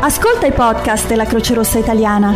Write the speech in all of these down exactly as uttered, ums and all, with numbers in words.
Ascolta i podcast della Croce Rossa Italiana.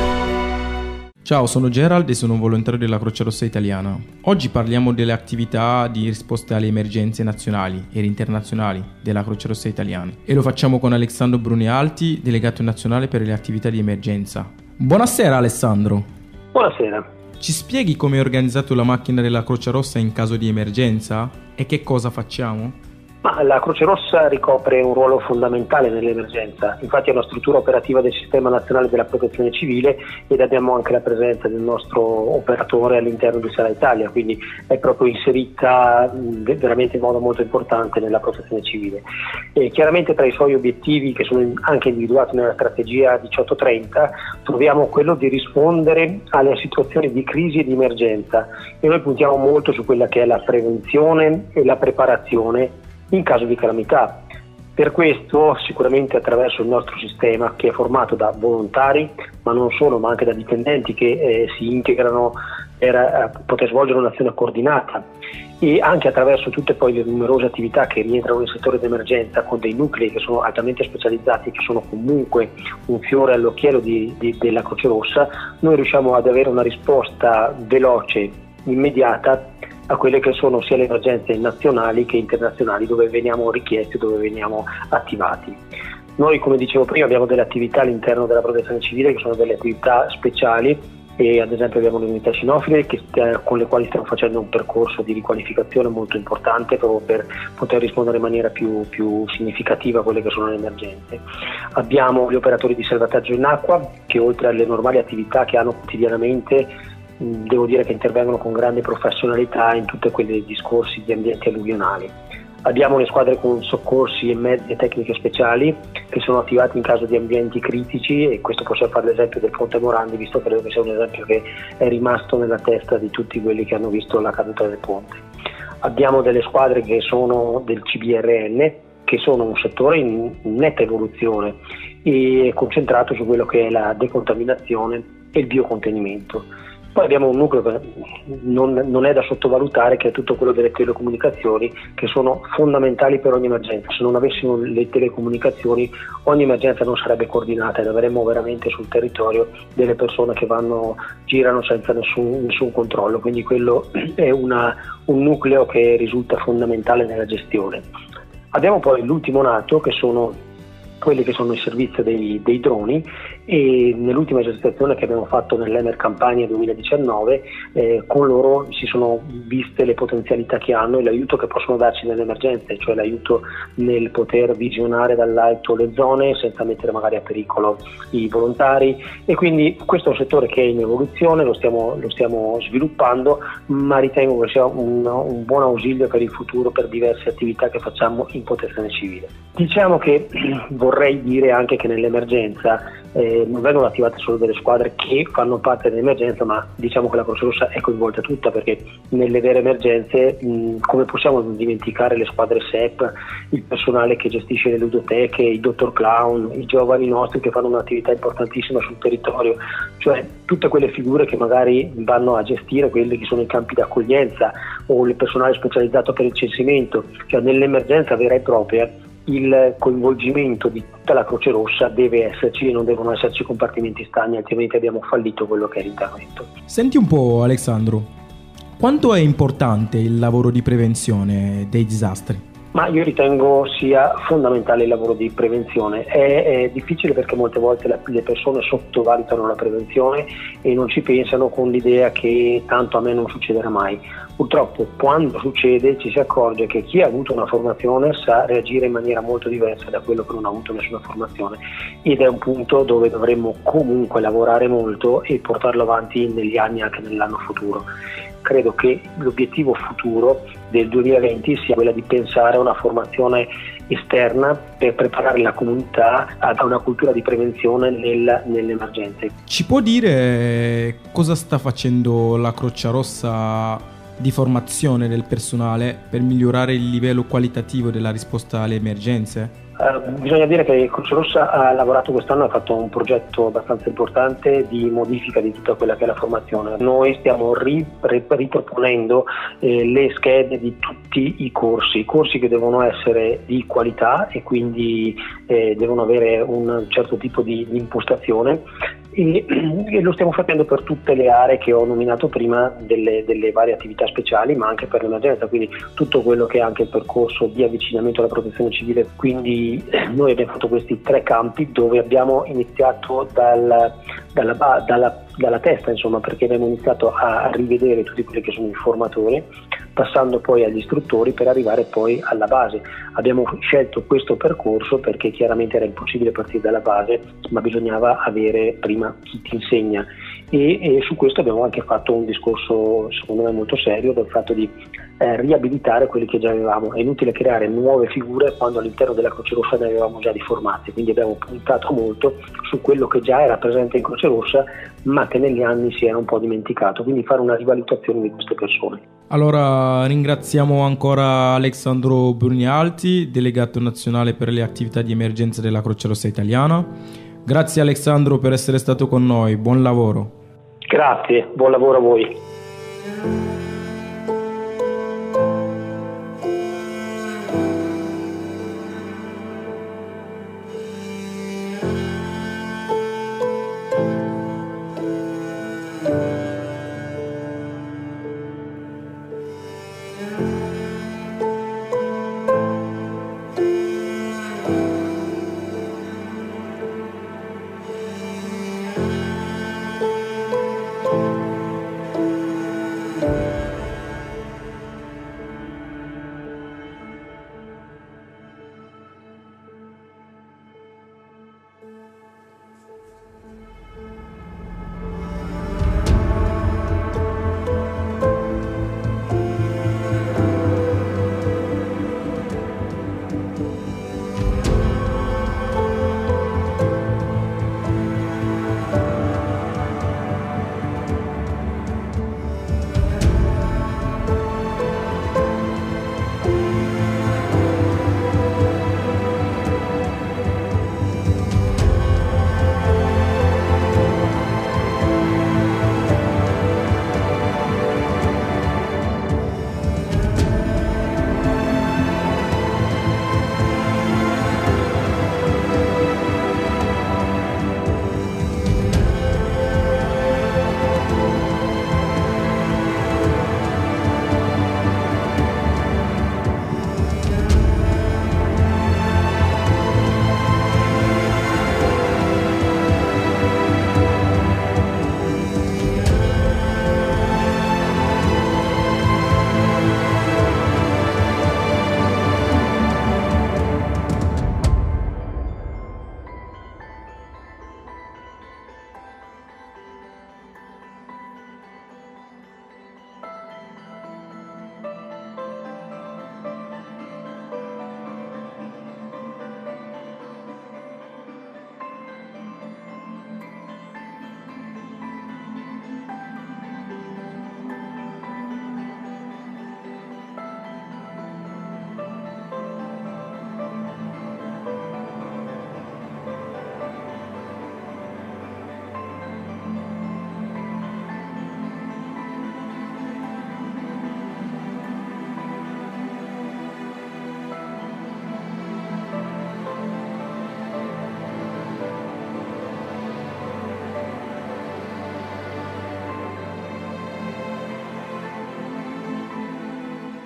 Ciao, sono Gerald e sono un volontario della Croce Rossa Italiana. Oggi parliamo delle attività di risposta alle emergenze nazionali ed internazionali della Croce Rossa Italiana e lo facciamo con Alessandro Brunialti, delegato nazionale per le attività di emergenza. Buonasera Alessandro. Buonasera. Ci spieghi come è organizzato la macchina della Croce Rossa in caso di emergenza e che cosa facciamo? Ma la Croce Rossa ricopre un ruolo fondamentale nell'emergenza, infatti è una struttura operativa del Sistema Nazionale della Protezione Civile ed abbiamo anche la presenza del nostro operatore all'interno di Sala Italia, quindi è proprio inserita veramente in modo molto importante nella Protezione Civile. E chiaramente tra i suoi obiettivi, che sono anche individuati nella strategia diciotto trenta, troviamo quello di rispondere alle situazioni di crisi e di emergenza e noi puntiamo molto su quella che è la prevenzione e la preparazione in caso di calamità. Per questo sicuramente attraverso il nostro sistema, che è formato da volontari, ma non solo, ma anche da dipendenti che eh, si integrano per eh, poter svolgere un'azione coordinata, e anche attraverso tutte poi le numerose attività che rientrano nel settore d'emergenza con dei nuclei che sono altamente specializzati, che sono comunque un fiore all'occhiello di, di, della Croce Rossa, noi riusciamo ad avere una risposta veloce, immediata a quelle che sono sia le emergenze nazionali che internazionali dove veniamo richiesti, dove veniamo attivati. Noi, come dicevo prima, abbiamo delle attività all'interno della Protezione Civile che sono delle attività speciali e ad esempio abbiamo le unità cinofile che, eh, con le quali stiamo facendo un percorso di riqualificazione molto importante proprio per poter rispondere in maniera più, più significativa a quelle che sono le emergenze. Abbiamo gli operatori di salvataggio in acqua che, oltre alle normali attività che hanno quotidianamente, devo dire che intervengono con grande professionalità in tutti quei discorsi di ambienti alluvionali. Abbiamo le squadre con soccorsi e mezzi e tecniche speciali che sono attivati in caso di ambienti critici, e questo possiamo fare l'esempio del Ponte Morandi, visto che credo che sia un esempio che è rimasto nella testa di tutti quelli che hanno visto la caduta del ponte. Abbiamo delle squadre che sono del C B R N, che sono un settore in netta evoluzione e concentrato su quello che è la decontaminazione e il biocontenimento. Poi abbiamo un nucleo che non, non è da sottovalutare, che è tutto quello delle telecomunicazioni, che sono fondamentali per ogni emergenza. Se non avessimo le telecomunicazioni ogni emergenza non sarebbe coordinata ed avremmo veramente sul territorio delle persone che vanno, girano senza nessun, nessun controllo, quindi quello è una, un nucleo che risulta fondamentale nella gestione. Abbiamo poi l'ultimo nato, che sono quelli che sono il servizio dei, dei droni, e nell'ultima esercitazione che abbiamo fatto nell'Emer Campania duemiladiciannove eh, con loro si sono viste le potenzialità che hanno e l'aiuto che possono darci nelle emergenze, cioè l'aiuto nel poter visionare dall'alto le zone senza mettere magari a pericolo i volontari, e quindi questo è un settore che è in evoluzione, lo stiamo, lo stiamo sviluppando, ma ritengo che sia un, un buon ausilio per il futuro per diverse attività che facciamo in protezione civile. Diciamo che vorrei dire anche che nell'emergenza Eh, non vengono attivate solo delle squadre che fanno parte dell'emergenza, ma diciamo che la Croce Rossa è coinvolta tutta, perché nelle vere emergenze mh, come possiamo dimenticare le squadre S E P, il personale che gestisce le ludoteche, i dottor clown, i giovani nostri che fanno un'attività importantissima sul territorio, cioè tutte quelle figure che magari vanno a gestire quelli che sono i campi d'accoglienza o il personale specializzato per il censimento, cioè nell'emergenza vera e propria il coinvolgimento di tutta la Croce Rossa deve esserci e non devono esserci compartimenti stagni, altrimenti abbiamo fallito quello che è l'intervento. Senti un po' Alessandro, quanto è importante il lavoro di prevenzione dei disastri? Ma io ritengo sia fondamentale il lavoro di prevenzione. È, è difficile perché molte volte la, le persone sottovalutano la prevenzione e non ci pensano con l'idea che tanto a me non succederà mai. Purtroppo quando succede ci si accorge che chi ha avuto una formazione sa reagire in maniera molto diversa da quello che non ha avuto nessuna formazione, ed è un punto dove dovremmo comunque lavorare molto e portarlo avanti negli anni, anche nell'anno futuro. Credo che l'obiettivo futuro del duemilaventi sia quella di pensare a una formazione esterna per preparare la comunità a una cultura di prevenzione nel, nelle emergenze. Ci può dire cosa sta facendo la Croce Rossa di formazione del personale per migliorare il livello qualitativo della risposta alle emergenze? Uh, bisogna dire che Croce Rossa ha lavorato quest'anno, ha fatto un progetto abbastanza importante di modifica di tutta quella che è la formazione. Noi stiamo ri, ri, riproponendo eh, le schede di tutti i corsi, corsi che devono essere di qualità e quindi eh, devono avere un certo tipo di, di impostazione. E, e lo stiamo facendo per tutte le aree che ho nominato prima delle, delle varie attività speciali, ma anche per l'emergenza, quindi tutto quello che è anche il percorso di avvicinamento alla protezione civile. Quindi noi abbiamo fatto questi tre campi dove abbiamo iniziato dal, dalla, dalla, dalla testa, insomma, perché abbiamo iniziato a rivedere tutti quelli che sono i formatori, passando poi agli istruttori per arrivare poi alla base. Abbiamo scelto questo percorso perché chiaramente era impossibile partire dalla base, ma bisognava avere prima chi ti insegna e, e su questo abbiamo anche fatto un discorso secondo me molto serio del fatto di eh, riabilitare quelli che già avevamo. È inutile creare nuove figure quando all'interno della Croce Rossa ne avevamo già di formate, quindi abbiamo puntato molto su quello che già era presente in Croce Rossa ma che negli anni si era un po' dimenticato, quindi fare una rivalutazione di queste persone. Allora ringraziamo ancora Alessandro Brugnalti, delegato nazionale per le attività di emergenza della Croce Rossa Italiana. Grazie Alessandro per essere stato con noi, buon lavoro. Grazie, buon lavoro a voi.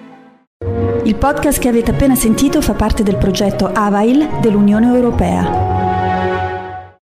Il podcast che avete appena sentito fa parte del progetto AVAIL dell'Unione Europea.